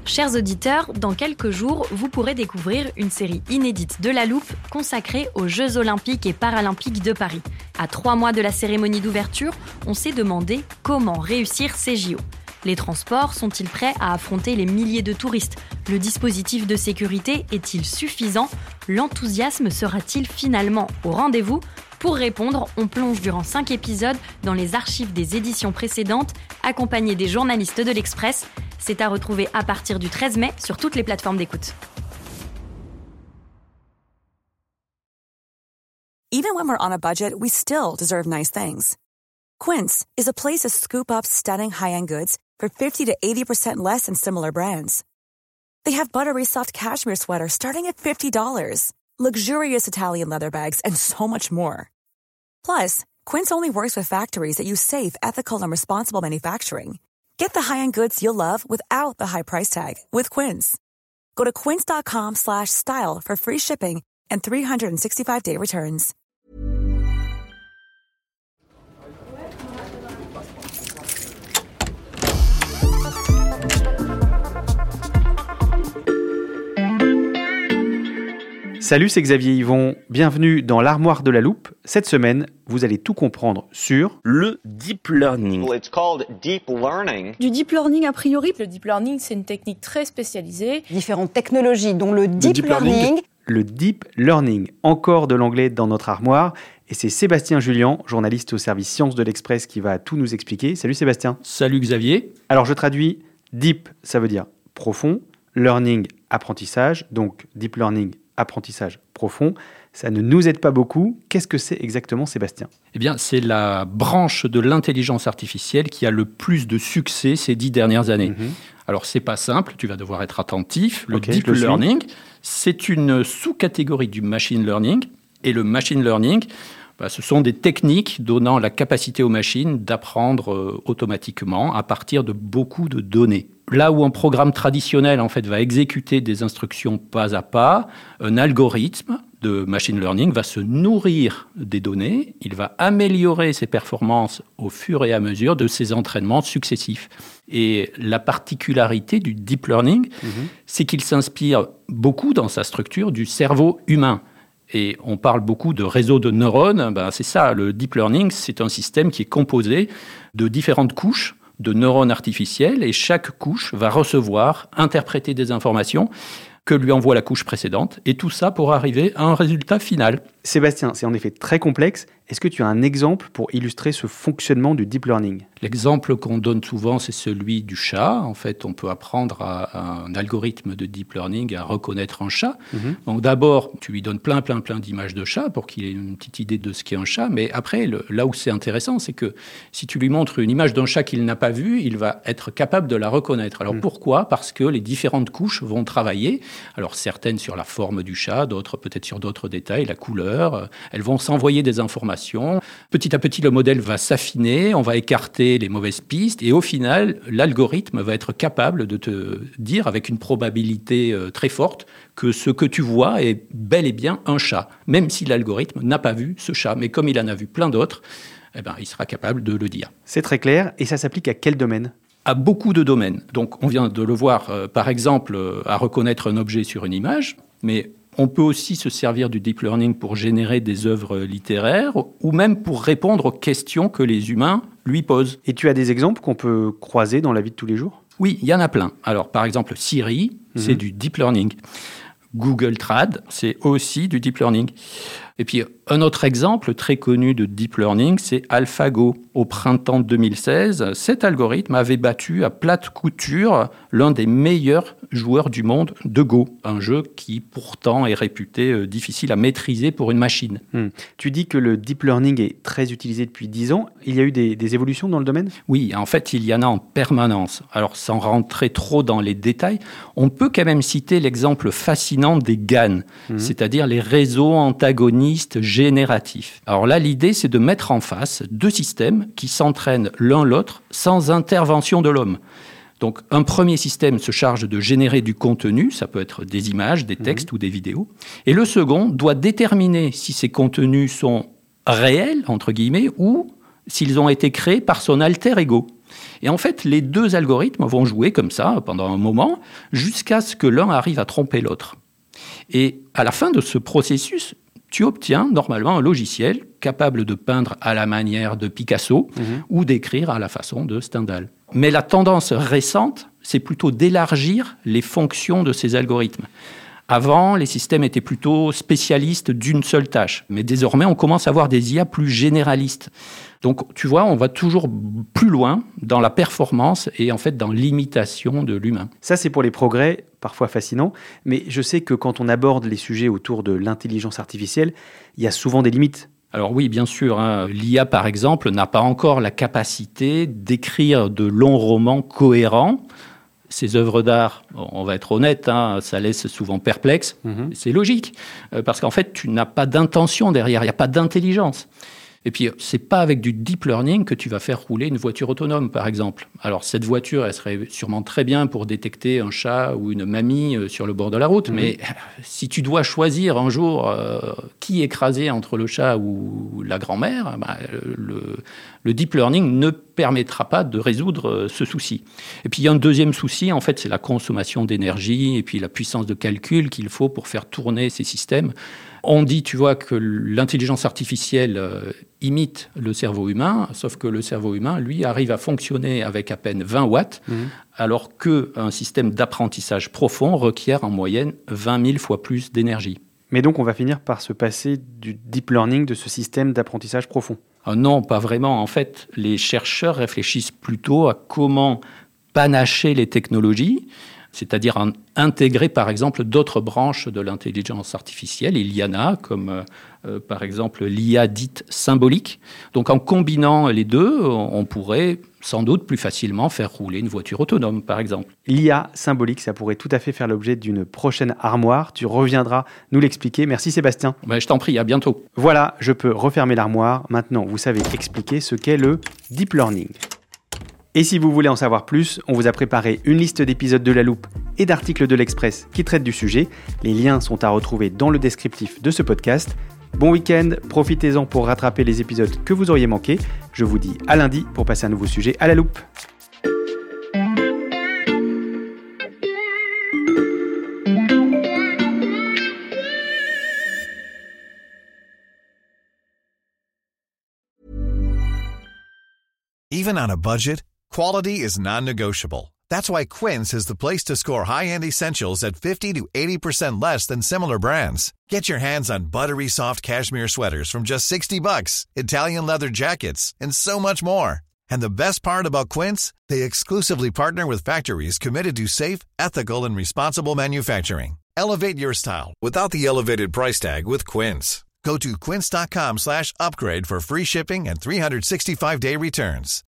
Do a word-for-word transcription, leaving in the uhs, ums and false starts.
Chers auditeurs, dans quelques jours, vous pourrez découvrir une série inédite de La Loupe consacrée aux Jeux Olympiques et Paralympiques de Paris. À trois mois de la cérémonie d'ouverture, on s'est demandé comment réussir ces J O. Les transports sont-ils prêts à affronter les milliers de touristes ? Le dispositif de sécurité est-il suffisant ? L'enthousiasme sera-t-il finalement au rendez-vous ? Pour répondre, on plonge durant cinq épisodes dans les archives des éditions précédentes, accompagnés des journalistes de l'Express. C'est à retrouver à partir du treize mai sur toutes les plateformes d'écoute. Even when we're on a budget, we still deserve nice things. Quince is a place to scoop up stunning high-end goods for fifty to eighty percent less than similar brands. They have buttery soft cashmere sweaters starting at fifty dollars, luxurious Italian leather bags, and so much more. Plus, Quince only works with factories that use safe, ethical, and responsible manufacturing. Get the high-end goods you'll love without the high price tag with Quince. Go to quince.com slash style for free shipping and three sixty-five day returns. Salut, c'est Xavier Yvon. Bienvenue dans l'armoire de la loupe. Cette semaine, vous allez tout comprendre sur le deep learning. It's called deep learning. Du deep learning a priori. Le deep learning, c'est une technique très spécialisée. Différentes technologies, dont le deep, deep learning. learning. Le deep learning. Encore de l'anglais dans notre armoire. Et c'est Sébastien Julien, journaliste au service Sciences de l'Express, qui va tout nous expliquer. Salut Sébastien. Salut Xavier. Alors je traduis. Deep, ça veut dire profond. Learning, apprentissage. Donc deep learning, apprentissage profond. Ça ne nous aide pas beaucoup. Qu'est-ce que c'est exactement, Sébastien ? Eh bien, c'est la branche de l'intelligence artificielle qui a le plus de succès ces dix dernières années. Mmh. Alors, c'est pas simple, tu vas devoir être attentif. Le okay, deep learning, c'est une sous-catégorie du machine learning. Et le machine learning, bah, ce sont des techniques donnant la capacité aux machines d'apprendre euh, automatiquement à partir de beaucoup de données. Là où un programme traditionnel en fait, va exécuter des instructions pas à pas, un algorithme de machine learning va se nourrir des données, il va améliorer ses performances au fur et à mesure de ses entraînements successifs. Et la particularité du deep learning, mmh. c'est qu'il s'inspire beaucoup dans sa structure du cerveau humain. Et on parle beaucoup de réseaux de neurones, ben c'est ça, le deep learning, c'est un système qui est composé de différentes couches de neurones artificiels, et chaque couche va recevoir, interpréter des informations que lui envoie la couche précédente, et tout ça pour arriver à un résultat final. Sébastien, c'est en effet très complexe. Est-ce que tu as un exemple pour illustrer ce fonctionnement du deep learning ? L'exemple qu'on donne souvent, c'est celui du chat. En fait, on peut apprendre à, à un algorithme de deep learning à reconnaître un chat. Mmh. Donc d'abord, tu lui donnes plein, plein, plein d'images de chats pour qu'il ait une petite idée de ce qu'est un chat. Mais après, le, là où c'est intéressant, c'est que si tu lui montres une image d'un chat qu'il n'a pas vu, il va être capable de la reconnaître. Alors mmh. pourquoi ? Parce que les différentes couches vont travailler. Alors certaines sur la forme du chat, d'autres peut-être sur d'autres détails, la couleur. Elles vont s'envoyer des informations. Petit à petit, le modèle va s'affiner, on va écarter les mauvaises pistes et au final, l'algorithme va être capable de te dire avec une probabilité très forte que ce que tu vois est bel et bien un chat, même si l'algorithme n'a pas vu ce chat. Mais comme il en a vu plein d'autres, eh ben, il sera capable de le dire. C'est très clair. Et ça s'applique à quel domaine ? À beaucoup de domaines. Donc, on vient de le voir, euh, par exemple, euh, à reconnaître un objet sur une image, mais on peut aussi se servir du deep learning pour générer des œuvres littéraires ou même pour répondre aux questions que les humains lui posent. Et tu as des exemples qu'on peut croiser dans la vie de tous les jours ? Oui, il y en a plein. Alors, par exemple, Siri, mmh. c'est du deep learning. Google Trad, c'est aussi du deep learning. Et puis, un autre exemple très connu de deep learning, c'est AlphaGo. Au printemps deux mille seize, cet algorithme avait battu à plate couture l'un des meilleurs joueurs du monde de Go, un jeu qui pourtant est réputé euh, difficile à maîtriser pour une machine. Hum. Tu dis que le deep learning est très utilisé depuis dix ans. Il y a eu des, des évolutions dans le domaine ? Oui, en fait, il y en a en permanence. Alors, sans rentrer trop dans les détails, on peut quand même citer l'exemple fascinant des G A N, hum. c'est-à-dire les réseaux antagonistes génératifs. Alors là, l'idée, c'est de mettre en face deux systèmes qui s'entraînent l'un l'autre sans intervention de l'homme. Donc, un premier système se charge de générer du contenu, ça peut être des images, des textes mmh. ou des vidéos, et le second doit déterminer si ces contenus sont réels, entre guillemets, ou s'ils ont été créés par son alter ego. Et en fait, les deux algorithmes vont jouer comme ça pendant un moment, jusqu'à ce que l'un arrive à tromper l'autre. Et à la fin de ce processus, tu obtiens normalement un logiciel capable de peindre à la manière de Picasso mmh. ou d'écrire à la façon de Stendhal. Mais la tendance récente, c'est plutôt d'élargir les fonctions de ces algorithmes. Avant, les systèmes étaient plutôt spécialistes d'une seule tâche. Mais désormais, on commence à avoir des I A plus généralistes. Donc, tu vois, on va toujours plus loin dans la performance et en fait dans l'imitation de l'humain. Ça, c'est pour les progrès, parfois fascinants. Mais je sais que quand on aborde les sujets autour de l'intelligence artificielle, il y a souvent des limites. Alors oui, bien sûr. Hein. L'I A, par exemple, n'a pas encore la capacité d'écrire de longs romans cohérents. Ces œuvres d'art, on va être honnête, hein, ça laisse souvent perplexe. Mmh. C'est logique, euh, parce qu'en fait, tu n'as pas d'intention derrière, il n'y a pas d'intelligence. Et puis, c'est pas avec du deep learning que tu vas faire rouler une voiture autonome, par exemple. Alors, cette voiture, elle serait sûrement très bien pour détecter un chat ou une mamie sur le bord de la route. Mmh. Mais si tu dois choisir un jour euh, qui écraser entre le chat ou la grand-mère, bah, le, le deep learning ne permettra pas de résoudre ce souci. Et puis, il y a un deuxième souci, en fait, c'est la consommation d'énergie et puis la puissance de calcul qu'il faut pour faire tourner ces systèmes. On dit, tu vois, que l'intelligence artificielle euh, imite le cerveau humain, sauf que le cerveau humain, lui, arrive à fonctionner avec à peine vingt watts, mmh. alors qu'un système d'apprentissage profond requiert en moyenne vingt mille fois plus d'énergie. Mais donc, on va finir par se passer du deep learning, de ce système d'apprentissage profond. Ah non, pas vraiment. En fait, les chercheurs réfléchissent plutôt à comment panacher les technologies, c'est-à-dire en intégrer par exemple d'autres branches de l'intelligence artificielle. Il y en a, comme euh, par exemple l'I A dite symbolique. Donc en combinant les deux, on pourrait sans doute plus facilement faire rouler une voiture autonome, par exemple. L'I A symbolique, ça pourrait tout à fait faire l'objet d'une prochaine armoire. Tu reviendras nous l'expliquer. Merci Sébastien. Ben, je t'en prie, à bientôt. Voilà, je peux refermer l'armoire. Maintenant, vous savez expliquer ce qu'est le deep learning. Et si vous voulez en savoir plus, on vous a préparé une liste d'épisodes de La Loupe et d'articles de l'Express qui traitent du sujet. Les liens sont à retrouver dans le descriptif de ce podcast. Bon week-end, profitez-en pour rattraper les épisodes que vous auriez manqués. Je vous dis à lundi pour passer un nouveau sujet à La Loupe. Even on a budget, quality is non-negotiable. That's why Quince is the place to score high-end essentials at fifty to eighty percent less than similar brands. Get your hands on buttery soft cashmere sweaters from just sixty bucks, Italian leather jackets, and so much more. And the best part about Quince, they exclusively partner with factories committed to safe, ethical, and responsible manufacturing. Elevate your style without the elevated price tag with Quince. Go to quince.com slash upgrade for free shipping and three sixty-five day returns.